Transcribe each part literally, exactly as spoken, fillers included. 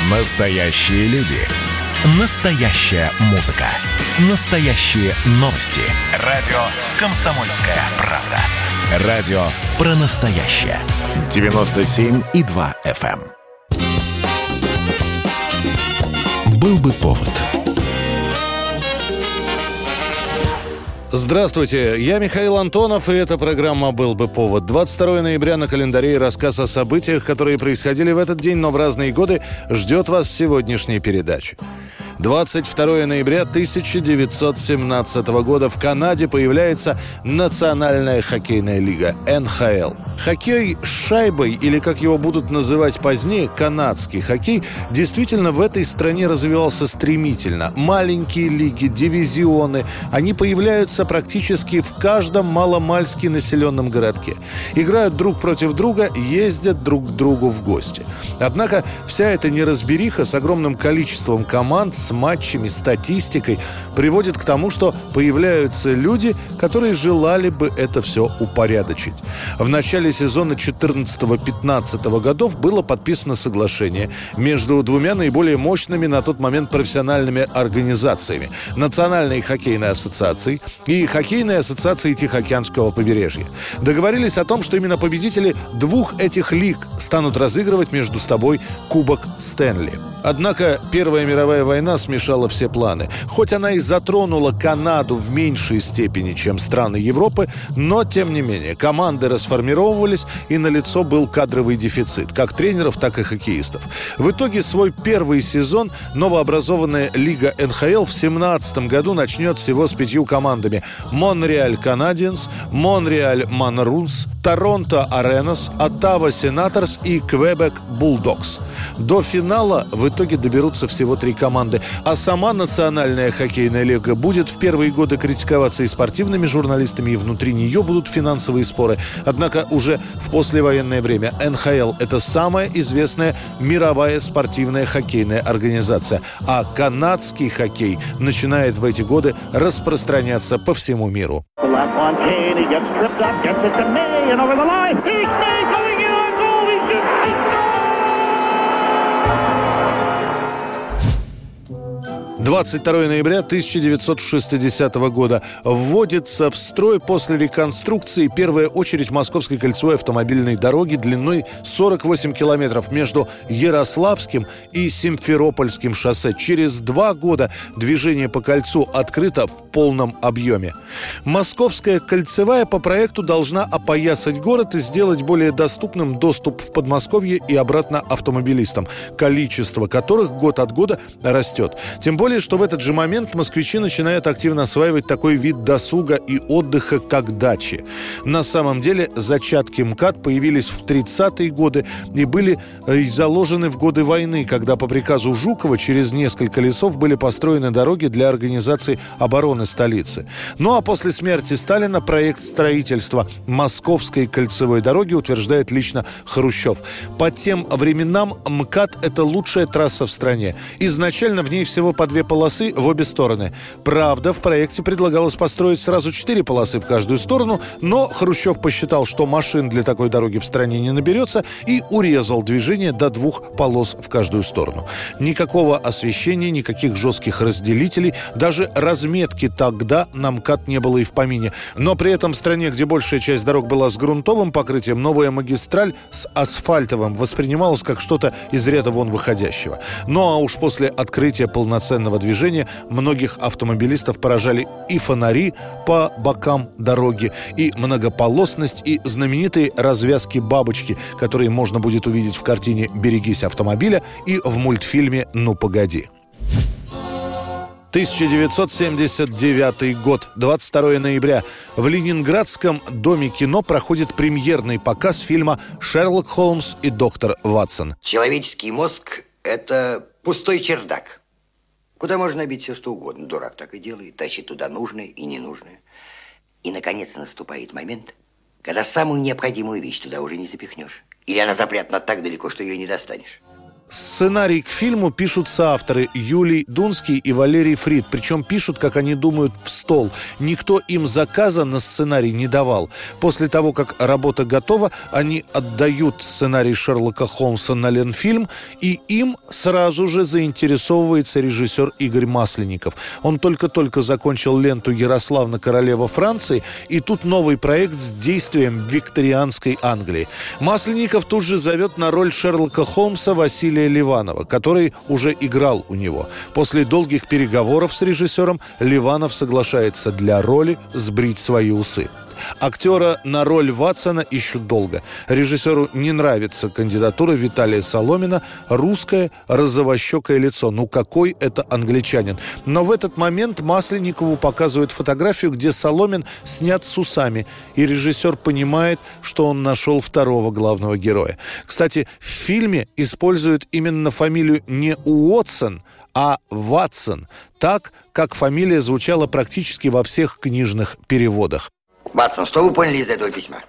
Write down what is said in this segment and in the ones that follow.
Настоящие люди. Настоящая музыка. Настоящие новости. Радио «Комсомольская правда». Радио про настоящее. девяносто семь и два эф эм. Был бы повод. Здравствуйте, я Михаил Антонов, и эта программа «Был бы повод». двадцать второго ноября на календаре, и рассказ о событиях, которые происходили в этот день, но в разные годы, ждет вас в сегодняшней передаче. двадцать второго ноября тысяча девятьсот семнадцатого года в Канаде появляется Национальная хоккейная лига эн ха эл. Хоккей с шайбой, или как его будут называть позднее, канадский хоккей, действительно в этой стране развивался стремительно. Маленькие лиги, дивизионы, они появляются практически в каждом маломальски населенном городке. Играют друг против друга, ездят друг к другу в гости. Однако вся эта неразбериха с огромным количеством команд, с матчами, статистикой приводит к тому, что появляются люди, которые желали бы это все упорядочить. В начале сезона четырнадцатого-пятнадцатого годов было подписано соглашение между двумя наиболее мощными на тот момент профессиональными организациями – Национальной хоккейной ассоциацией и Хоккейной ассоциацией Тихоокеанского побережья. Договорились о том, что именно победители двух этих лиг станут разыгрывать между собой Кубок Стэнли. Однако Первая мировая война смешала все планы. Хоть она и затронула Канаду в меньшей степени, чем страны Европы, но, тем не менее, команды расформировывались, и налицо был кадровый дефицит, как тренеров, так и хоккеистов. В итоге свой первый сезон новообразованная лига эн ха эл в семнадцатом году начнет всего с пятью командами: Монреаль Канадиенс, Монреаль Манрунс, Торонто Аренас, Оттава Сенаторс и Квебек Булдогс. До финала в итоге доберутся всего три команды, а сама Национальная хоккейная лига будет в первые годы критиковаться и спортивными журналистами, и внутри нее будут финансовые споры. Однако уже в послевоенное время эн ха эл – это самая известная мировая спортивная хоккейная организация, а канадский хоккей начинает в эти годы распространяться по всему миру. двадцать второго ноября тысяча девятьсот шестидесятого года вводится в строй после реконструкции первая очередь Московской кольцевой автомобильной дороги длиной сорок восемь километров между Ярославским и Симферопольским шоссе. Через два года движение по кольцу открыто в полном объеме. Московская кольцевая по проекту должна опоясать город и сделать более доступным доступ в Подмосковье и обратно автомобилистам, количество которых год от года растет. Тем более, что в этот же момент москвичи начинают активно осваивать такой вид досуга и отдыха, как дачи. На самом деле, зачатки МКАД появились в тридцатые годы и были заложены в годы войны, когда по приказу Жукова через несколько лесов были построены дороги для организации обороны столицы. Ну а после смерти Сталина проект строительства Московской кольцевой дороги утверждает лично Хрущев. По тем временам МКАД – это лучшая трасса в стране. Изначально в ней всего по две полосы в обе стороны. Правда, в проекте предлагалось построить сразу четыре полосы в каждую сторону, но Хрущев посчитал, что машин для такой дороги в стране не наберется, и урезал движение до двух полос в каждую сторону. Никакого освещения, никаких жестких разделителей, даже разметки тогда на МКАД не было и в помине. Но при этом в стране, где большая часть дорог была с грунтовым покрытием, новая магистраль с асфальтовым воспринималась как что-то из ряда вон выходящего. Ну а уж после открытия полноценного движения многих автомобилистов поражали и фонари по бокам дороги, и многополосность, и знаменитые развязки-бабочки, которые можно будет увидеть в картине «Берегись автомобиля» и в мультфильме «Ну, погоди». тысяча девятьсот семьдесят девятый год, двадцать второго ноября. В Ленинградском доме кино проходит премьерный показ фильма «Шерлок Холмс и доктор Ватсон». Человеческий мозг – это пустой чердак, куда можно набить все, что угодно. Дурак так и делает, тащит туда нужное и ненужное. И, наконец, наступает момент, когда самую необходимую вещь туда уже не запихнешь. Или она запрятана так далеко, что ее не достанешь. Сценарий к фильму пишут соавторы Юлий Дунский и Валерий Фрид. Причем пишут, как они думают, в стол. Никто им заказа на сценарий не давал. После того, как работа готова, они отдают сценарий Шерлока Холмса на Ленфильм, и им сразу же заинтересовывается режиссер Игорь Масленников. Он только-только закончил ленту «Ярославна, королева Франции», и тут новый проект с действием в викторианской Англии. Масленников тут же зовет на роль Шерлока Холмса Василия Ливанова, который уже играл у него. После долгих переговоров с режиссером Ливанов соглашается для роли сбрить свои усы. Актера на роль Ватсона ищут долго. Режиссеру не нравится кандидатура Виталия Соломина. Русское розовощекое лицо. Ну какой это англичанин? Но в этот момент Масленникову показывают фотографию, где Соломин снят с усами. И режиссер понимает, что он нашел второго главного героя. Кстати, в фильме используют именно фамилию не Уотсон, а Ватсон. Так, как фамилия звучала практически во всех книжных переводах. Ватсон, что вы поняли из этого письма?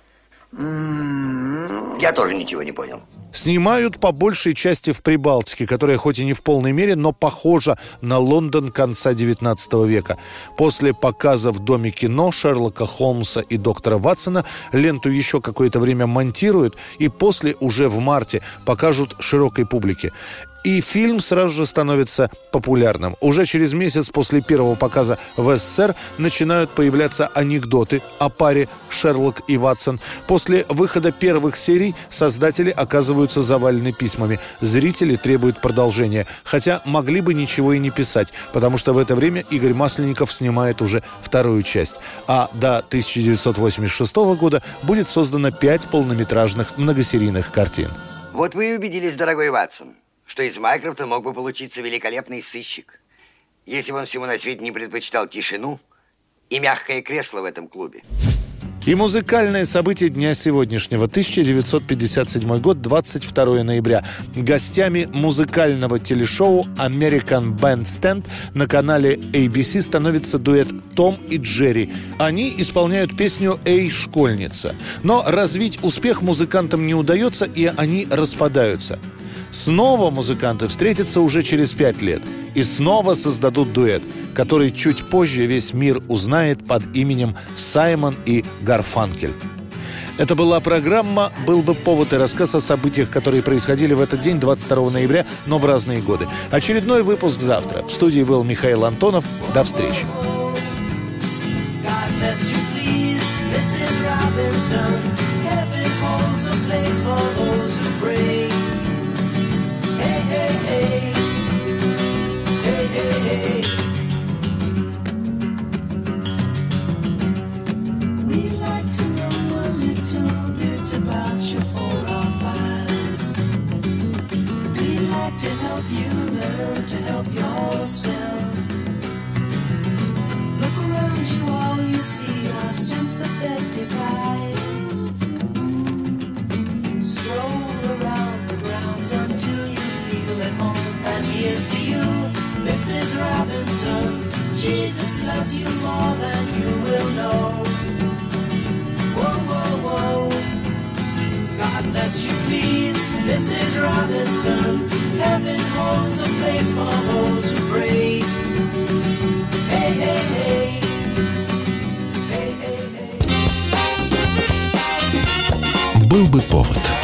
Я тоже ничего не понял. Снимают по большей части в Прибалтике, которая хоть и не в полной мере, но похожа на Лондон конца девятнадцатого века. После показа в Доме кино Шерлока Холмса и доктора Ватсона ленту еще какое-то время монтируют, и после, уже в марте, покажут широкой публике. И фильм сразу же становится популярным. Уже через месяц после первого показа в СССР начинают появляться анекдоты о паре Шерлок и Ватсон. После выхода первых серий создатели оказываются завалены письмами. Зрители требуют продолжения. Хотя могли бы ничего и не писать, потому что в это время Игорь Масленников снимает уже вторую часть. А до тысяча девятьсот восемьдесят шестого года будет создано пять полнометражных многосерийных картин. Вот вы и убедились, дорогой Ватсон, что из Майкрофта мог бы получиться великолепный сыщик, если бы он всему на свете не предпочитал тишину и мягкое кресло в этом клубе. И музыкальное событие дня сегодняшнего. тысяча девятьсот пятьдесят седьмой год, двадцать второго ноября. Гостями музыкального телешоу American Bandstand на канале эй би си становится дуэт Том и Джерри. Они исполняют песню «Эй, школьница». Но развить успех музыкантам не удается, и они распадаются. Снова музыканты встретятся уже через пять лет и снова создадут дуэт, который чуть позже весь мир узнает под именем Саймон и Гарфанкель. Это была программа «Был бы повод» и рассказ о событиях, которые происходили в этот день, двадцать второго ноября, но в разные годы. Очередной выпуск завтра. В студии был Михаил Антонов. До встречи. Missus Robinson, Jesus loves you more than you will know. Whoa, whoa, whoa. God bless you, please, Missus Robinson. Heaven holds a place for those who pray. Hey, hey, hey. Hey, hey, hey. Был бы повод.